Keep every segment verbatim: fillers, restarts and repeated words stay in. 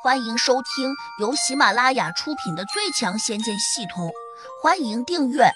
欢迎收听由喜马拉雅出品的《最强仙剑系统》，欢迎订阅。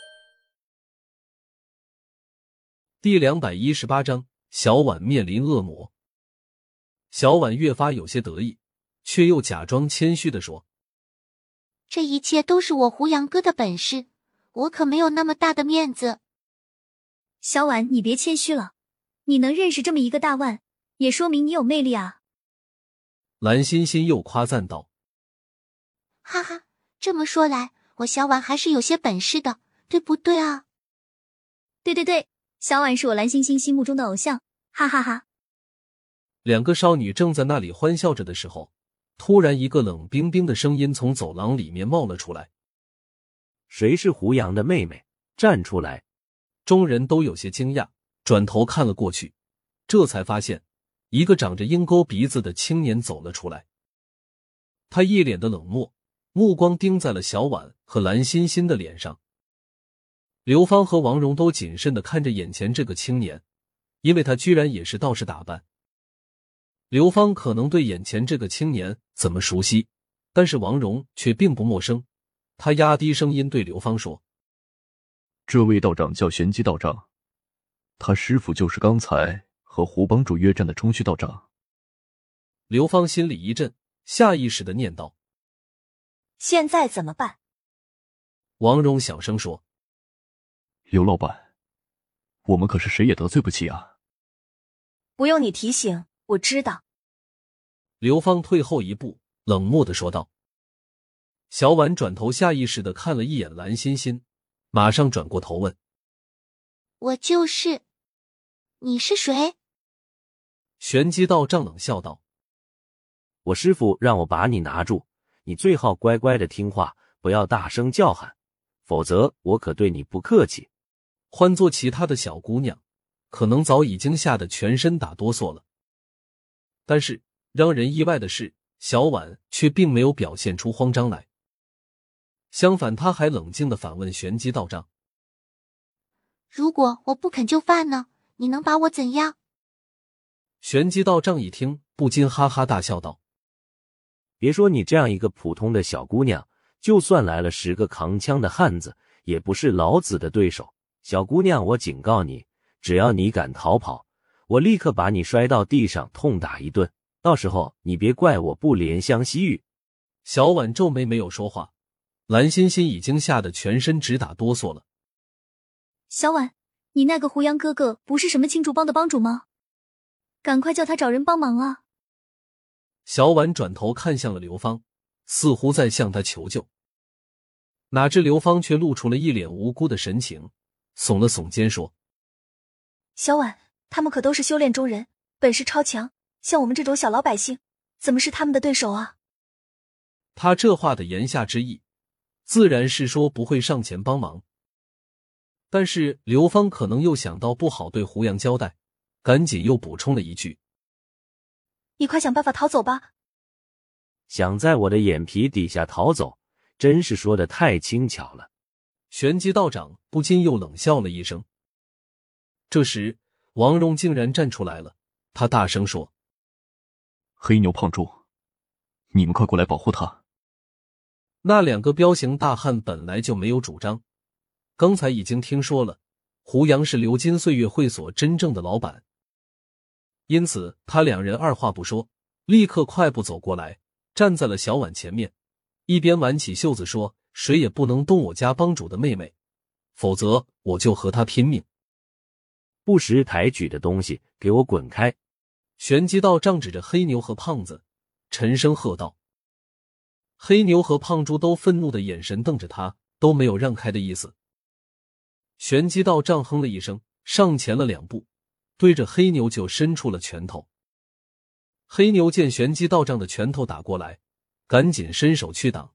第两百一十八章，小婉面临恶魔。小婉越发有些得意，却又假装谦虚地说： 这一切都是我胡杨哥的本事，我可没有那么大的面子。 小婉，你别谦虚了，你能认识这么一个大腕，也说明你有魅力啊。 蓝欣欣又夸赞道： 哈哈，这么说来，我小婉还是有些本事的，对不对啊？ 对对对，小婉是我蓝欣欣心目中的偶像，哈哈哈。 两个少女正在那里欢笑着的时候，突然一个冷冰冰的声音从走廊里面冒了出来： 谁是胡杨的妹妹？站出来！ 众人都有些惊讶，转头看了过去，这才发现一个长着鹰钩鼻子的青年走了出来。他一脸的冷漠，目光盯在了小婉和蓝欣欣的脸上。刘芳和王蓉都谨慎地看着眼前这个青年，因为他居然也是道士打扮。刘芳可能对眼前这个青年怎么熟悉，但是王蓉却并不陌生。他压低声音对刘芳说： 这位道长叫玄机道长，他师父就是刚才和胡帮主约战的冲虚道长。 刘芳心里一震，下意识地念道： 现在怎么办？ 王蓉小声说： 刘老板，我们可是谁也得罪不起啊。 不用你提醒，我知道。 刘芳退后一步，冷漠地说道。小婉转头下意识地看了一眼蓝欣欣，马上转过头问： 我就是。你是谁？ 玄机道长冷笑道： 我师父让我把你拿住，你最好乖乖的听话，不要大声叫喊，否则我可对你不客气。 换做其他的小姑娘，可能早已经吓得全身打哆嗦了。但是让人意外的是，小婉却并没有表现出慌张来，相反，她还冷静地反问玄机道长： 如果我不肯就范呢？你能把我怎样？ 玄机道长一听，不禁哈哈大笑道： 别说你这样一个普通的小姑娘，就算来了十个扛枪的汉子，也不是老子的对手。小姑娘，我警告你，只要你敢逃跑，我立刻把你摔到地上痛打一顿，到时候你别怪我不怜香惜玉。 小婉皱眉没有说话，蓝欣欣已经吓得全身直打哆嗦了。 小婉，你那个胡杨哥哥不是什么青竹帮的帮主吗？赶快叫他找人帮忙啊！ 小婉转头看向了刘芳，似乎在向他求救。哪知刘芳却露出了一脸无辜的神情，耸了耸肩说： 小婉，他们可都是修炼中人，本事超强，像我们这种小老百姓，怎么是他们的对手啊？ 他这话的言下之意，自然是说不会上前帮忙。但是刘芳可能又想到不好对胡杨交代，赶紧又补充了一句： 你快想办法逃走吧。 想在我的眼皮底下逃走，真是说得太轻巧了。 玄机道长不禁又冷笑了一声。这时王蓉竟然站出来了，他大声说： 黑牛胖柱，你们快过来保护他。 那两个彪形大汉本来就没有主张，刚才已经听说了胡杨是流金岁月会所真正的老板，因此他两人二话不说，立刻快步走过来，站在了小婉前面，一边挽起袖子说：谁也不能动我家帮主的妹妹，否则我就和他拼命。 不识抬举的东西，给我滚开！ 玄机道长指着黑牛和胖子，沉声喝道。黑牛和胖猪都愤怒的眼神瞪着他，都没有让开的意思。玄机道长哼了一声，上前了两步，对着黑牛就伸出了拳头。黑牛见玄机道长的拳头打过来，赶紧伸手去挡。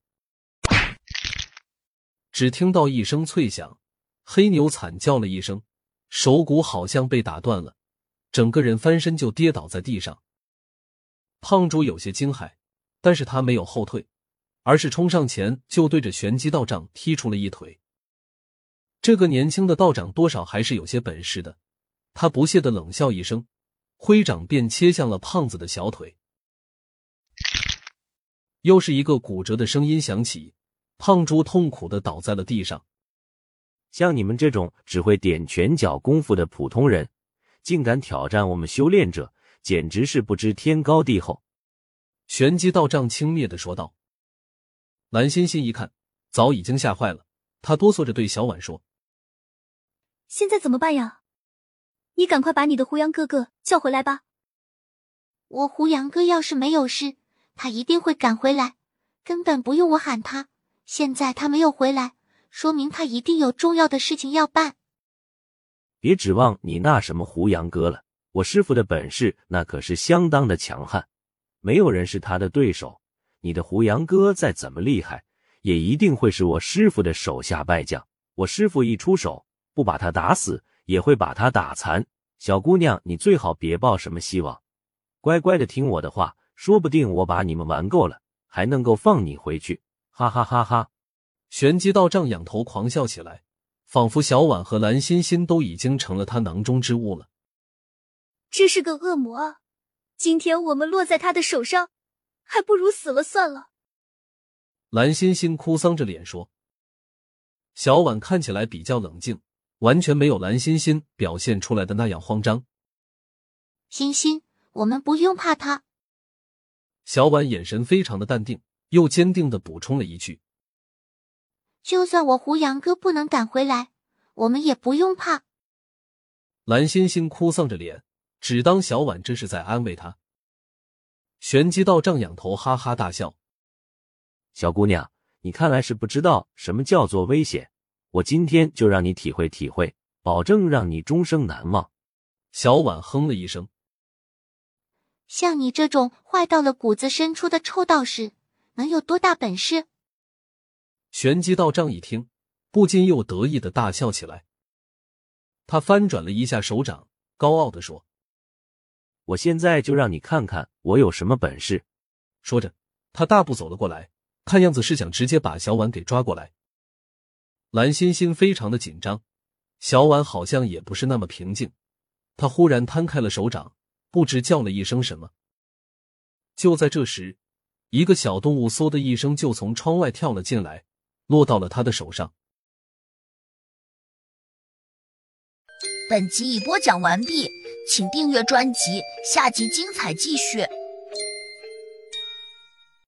只听到一声脆响，黑牛惨叫了一声，手骨好像被打断了，整个人翻身就跌倒在地上。胖猪有些惊骇，但是他没有后退，而是冲上前就对着玄机道长踢出了一腿。这个年轻的道长多少还是有些本事的，他不屑地冷笑一声，挥掌便切向了胖子的小腿。 又是一个骨折的声音响起，胖猪痛苦地倒在了地上。 像你们这种只会点拳脚功夫的普通人，竟敢挑战我们修炼者，简直是不知天高地厚。 玄机道丈轻蔑地说道。蓝欣欣一看，早已经吓坏了，他哆嗦着对小婉说： 现在怎么办呀？你赶快把你的胡杨哥哥叫回来吧。 我胡杨哥要是没有事，他一定会赶回来，根本不用我喊他。现在他没有回来，说明他一定有重要的事情要办。 别指望你那什么胡杨哥了，我师父的本事那可是相当的强悍，没有人是他的对手。你的胡杨哥再怎么厉害，也一定会是我师父的手下败将。我师父一出手，不把他打死，也会把他打残。小姑娘，你最好别抱什么希望，乖乖的听我的话，说不定我把你们玩够了，还能够放你回去。哈哈哈哈！ 玄机道丈仰头狂笑起来，仿佛小婉和蓝欣欣都已经成了他囊中之物了。 这是个恶魔啊！今天我们落在他的手上，还不如死了算了。 蓝欣欣哭丧着脸说。小婉看起来比较冷静，完全没有蓝欣欣表现出来的那样慌张。 欣欣，我们不用怕他。 小婉眼神非常的淡定，又坚定地补充了一句： 就算我胡杨哥不能赶回来，我们也不用怕。 蓝欣欣哭丧着脸，只当小婉这是在安慰她。玄机道丈仰头哈哈大笑： 小姑娘，你看来是不知道什么叫做危险，我今天就让你体会体会，保证让你终生难忘。 小婉哼了一声： 像你这种坏到了骨子深处的臭道士，能有多大本事？ 玄机道丈一听，不禁又得意的大笑起来。他翻转了一下手掌，高傲地说： 我现在就让你看看我有什么本事。 说着，他大步走了过来，看样子是想直接把小婉给抓过来。蓝欣欣非常的紧张，小婉好像也不是那么平静，她忽然摊开了手掌，不知叫了一声什么。就在这时，一个小动物嗖的一声就从窗外跳了进来，落到了他的手上。 本集已播讲完毕，请订阅专辑，下集精彩继续。